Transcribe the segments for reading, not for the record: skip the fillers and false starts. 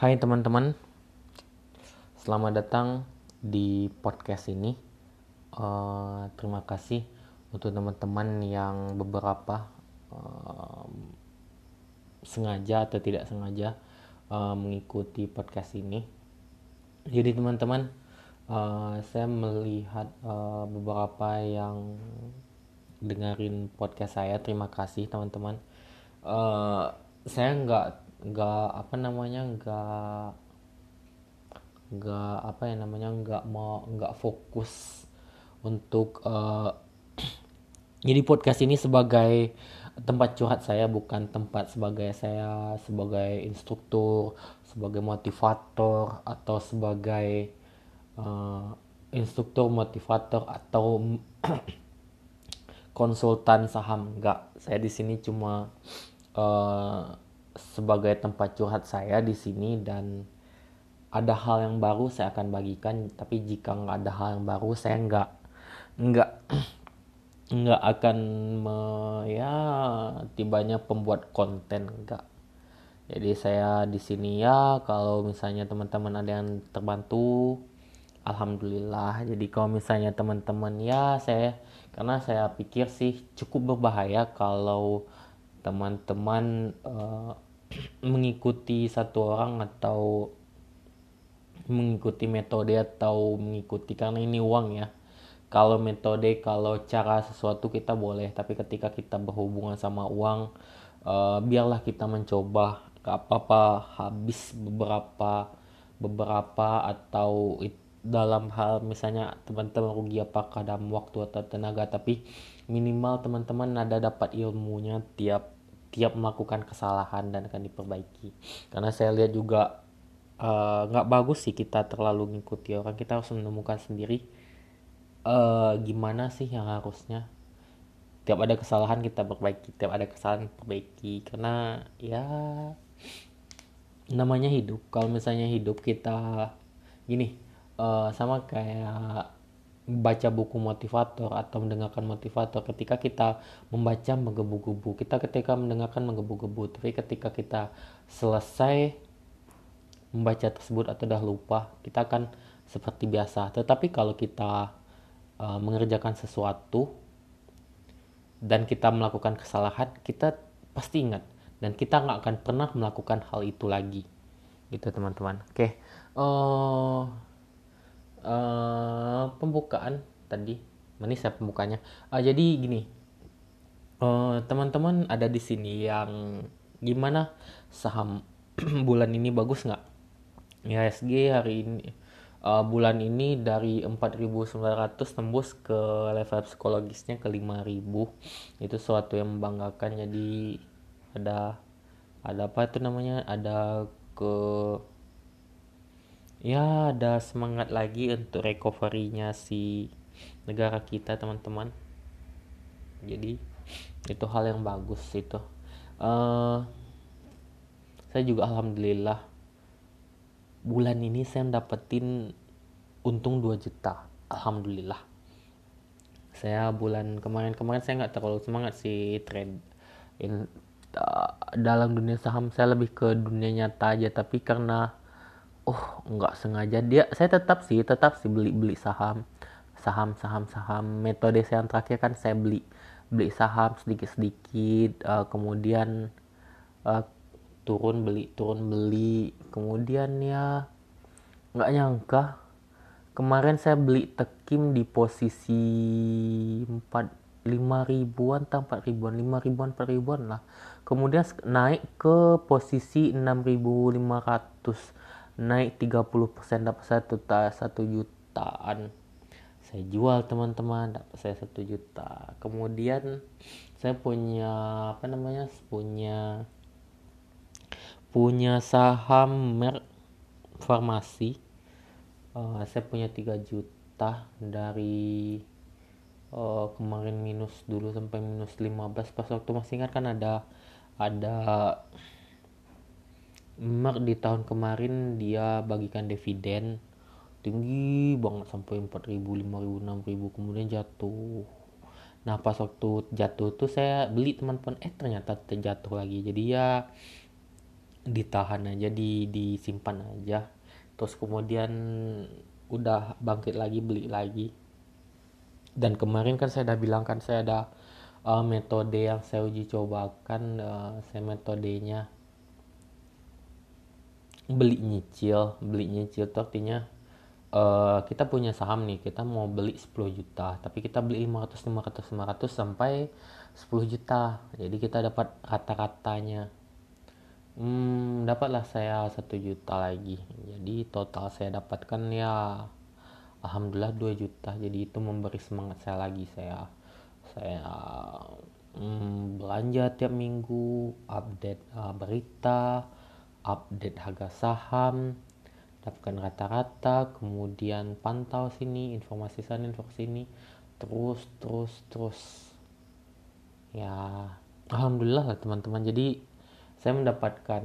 Hai teman-teman, selamat datang di podcast ini. Terima kasih untuk teman-teman yang beberapa eh, sengaja atau tidak sengaja mengikuti podcast ini. Jadi teman-teman, saya melihat beberapa yang dengerin podcast saya. Terima kasih teman-teman. Eh, saya nggak apa namanya nggak fokus untuk jadi podcast ini sebagai tempat curhat saya, bukan tempat sebagai saya sebagai instruktur, sebagai motivator, atau sebagai eh, instruktur motivator atau konsultan saham. Enggak, saya di sini cuma eh, sebagai tempat curhat saya di sini, dan ada hal yang baru saya akan bagikan. Tapi jika nggak ada hal yang baru, saya nggak nggak akan ya tibanya pembuat konten, nggak. Jadi saya di sini ya, kalau misalnya teman-teman ada yang terbantu, alhamdulillah. Jadi kalau misalnya teman-teman ya, karena saya pikir sih cukup berbahaya kalau teman-teman mengikuti satu orang atau mengikuti metode atau mengikuti karena ini uang ya. Kalau metode, kalau cara sesuatu kita boleh, tapi ketika kita berhubungan sama uang, biarlah kita mencoba. Gak apa-apa habis beberapa beberapa atau dalam hal misalnya teman-teman rugi apakah dalam waktu atau tenaga, tapi minimal teman-teman ada dapat ilmunya tiap tiap melakukan kesalahan dan akan diperbaiki. Karena saya lihat juga nggak bagus sih kita terlalu ngikuti orang. Kita harus menemukan sendiri gimana sih yang harusnya. Tiap ada kesalahan kita perbaiki, tiap ada kesalahan perbaiki, karena ya namanya hidup. Kalau misalnya hidup kita gini, sama kayak baca buku motivator atau mendengarkan motivator. Ketika kita membaca menggebu-gebu, kita ketika mendengarkan menggebu-gebu, tapi ketika kita selesai membaca tersebut atau dah lupa, kita akan seperti biasa. Tetapi kalau kita mengerjakan sesuatu dan kita melakukan kesalahan, kita pasti ingat dan kita nggak akan pernah melakukan hal itu lagi, gitu teman-teman. Oke, pembukaan tadi, mana saya pembukanya. Jadi gini, teman-teman ada di sini yang gimana saham bulan ini bagus nggak? IHSG hari ini bulan ini dari 4.900 tembus ke level psikologisnya ke 5.000. Itu suatu yang membanggakan. Jadi ada apa itu namanya, ada semangat lagi untuk recovery-nya si negara kita teman-teman. Jadi itu hal yang bagus itu. Saya juga alhamdulillah bulan ini saya dapetin untung 2 juta, alhamdulillah. Saya bulan kemarin saya nggak terlalu semangat sih trade dalam dunia saham. Saya lebih ke dunia nyata aja, tapi karena nggak sengaja saya tetap sih beli beli saham metode saya yang terakhir kan saya beli beli saham sedikit sedikit, kemudian eh, turun beli, kemudian ya nggak nyangka kemarin saya beli Tekim di posisi 5 ribuan atau 4 ribuan, 5 ribuan, 4 ribuan lah. Kemudian naik ke posisi 6.500, naik 30%, dapat satu jutaan. Saya jual teman-teman, dapat saya 1 juta. Kemudian saya punya apa namanya, punya saham merek farmasi. Saya punya 3 juta dari kemarin minus dulu sampai minus 15. Pas waktu masih ingat kan ada Merk di tahun kemarin dia bagikan dividen tinggi banget sampai 4.000, 5.000, 6.000, kemudian jatuh. Nah pas waktu jatuh tuh saya beli teman-teman, ternyata terjatuh lagi. Jadi ya ditahan aja, disimpan aja, terus kemudian udah bangkit lagi beli lagi. Dan kemarin kan saya udah bilang kan, saya ada metode yang saya uji cobakan. Saya metodenya beli nyicil tuh artinya kita punya saham nih, kita mau beli 10 juta tapi kita beli 500 sampai 10 juta, jadi kita dapat kata-katanya. Dapatlah saya 1 juta lagi, jadi total saya dapatkan ya alhamdulillah 2 juta. Jadi itu memberi semangat saya lagi. Saya belanja tiap minggu, update berita, update harga saham, dapatkan rata-rata, kemudian pantau sini, informasi sana, informasi sini, terus ya alhamdulillah lah teman-teman. Jadi saya mendapatkan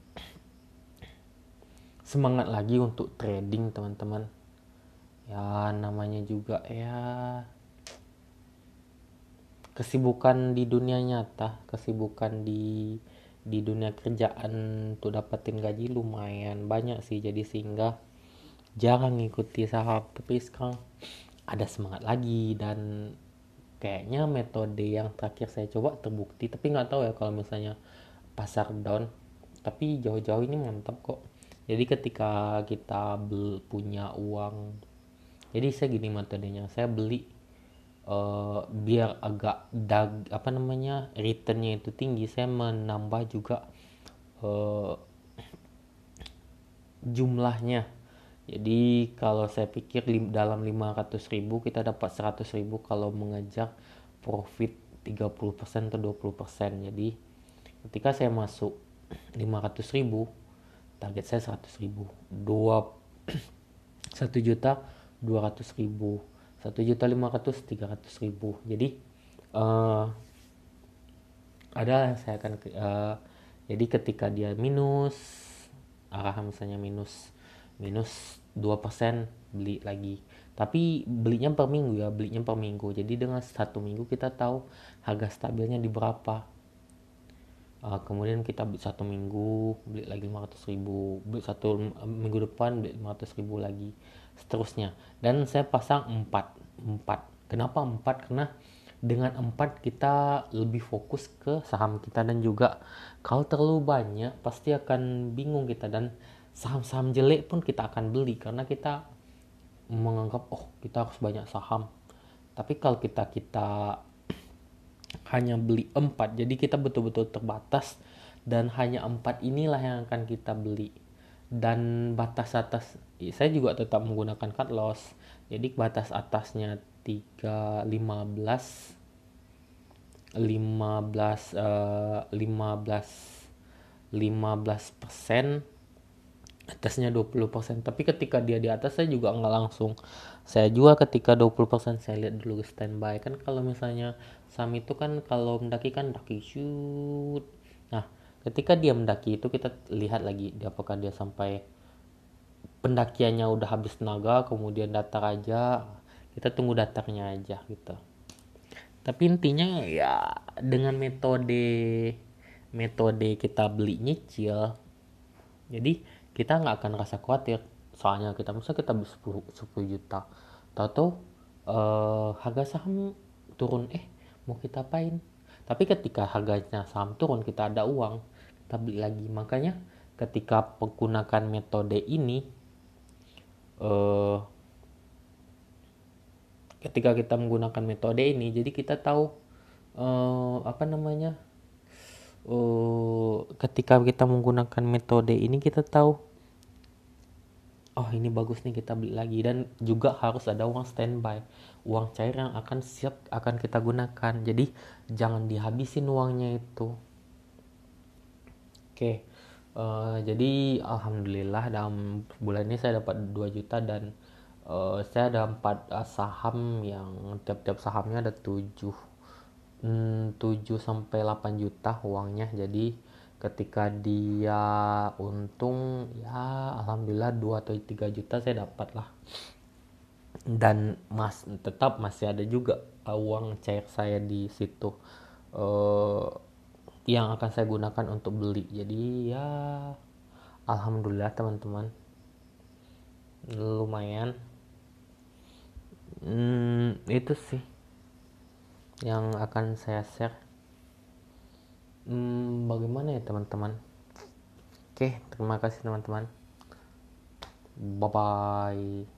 semangat lagi untuk trading teman-teman. Ya namanya juga ya kesibukan di dunia nyata, kesibukan di dunia kerjaan untuk dapetin gaji lumayan banyak sih, jadi sehingga jarang ngikuti saham. Tapi sekarang ada semangat lagi, dan kayaknya metode yang terakhir saya coba terbukti. Tapi nggak tahu ya kalau misalnya pasar down, tapi jauh-jauh ini mantap kok. Jadi ketika kita punya uang, jadi saya gini metodenya, saya beli biar agak returnnya itu tinggi, saya menambah juga eh, jumlahnya. Jadi kalau saya pikir dalam 500.000 kita dapat 100.000 kalau mengejar profit 30% atau 20%. Jadi ketika saya masuk 500.000, target saya 100.000, 1 juta 200.000, 1.500.000, 300.000. Jadi ada saya akan jadi ketika dia minus, misalnya minus 2%, beli lagi. Tapi belinya per minggu ya, jadi dengan 1 minggu kita tahu harga stabilnya di berapa. Kemudian kita beli 1 minggu, beli lagi 500.000, beli 1 minggu depan, beli 500.000 lagi, seterusnya. Dan saya pasang 4. Kenapa 4? Karena dengan 4 kita lebih fokus ke saham kita, dan juga kalau terlalu banyak pasti akan bingung kita, dan saham-saham jelek pun kita akan beli karena kita menganggap kita harus banyak saham. Tapi kalau kita hanya beli 4, jadi kita betul-betul terbatas, dan hanya 4 inilah yang akan kita beli. Dan batas atas, saya juga tetap menggunakan cut loss, jadi batas atasnya 3, 15, 15 15%, atasnya 20%. Tapi ketika dia di atas saya juga nggak langsung saya jual ketika 20%, saya lihat dulu standby. Kan kalau misalnya saham itu kan kalau mendaki kan daki shoot. Nah, ketika dia mendaki itu kita lihat lagi apakah dia sampai pendakiannya udah habis tenaga kemudian datar aja, kita tunggu datarnya aja gitu. Tapi intinya ya dengan metode kita beli nyicil, jadi kita nggak akan rasa khawatir. Soalnya kita beli 10 juta, tahu-tahu harga saham turun, mau kita apain? Tapi ketika harganya saham turun, kita ada uang, kita beli lagi. Makanya ketika menggunakan metode ini, jadi kita tahu ketika kita menggunakan metode ini kita tahu ini bagus nih, kita beli lagi. Dan juga harus ada uang standby, uang cair yang akan kita gunakan. Jadi jangan dihabisin uangnya itu. Oke. Jadi alhamdulillah dalam bulan ini saya dapat 2 juta, dan saya ada 4 saham yang tiap-tiap sahamnya ada 7 sampai 8 juta uangnya. Jadi ketika dia untung ya alhamdulillah 2 atau 3 juta saya dapat lah. Dan tetap masih ada juga uang cair saya di situ. yang akan saya gunakan untuk beli. Jadi ya alhamdulillah teman-teman, lumayan. Itu sih yang akan saya share. Bagaimana ya teman-teman? Oke, terima kasih teman-teman. Bye bye.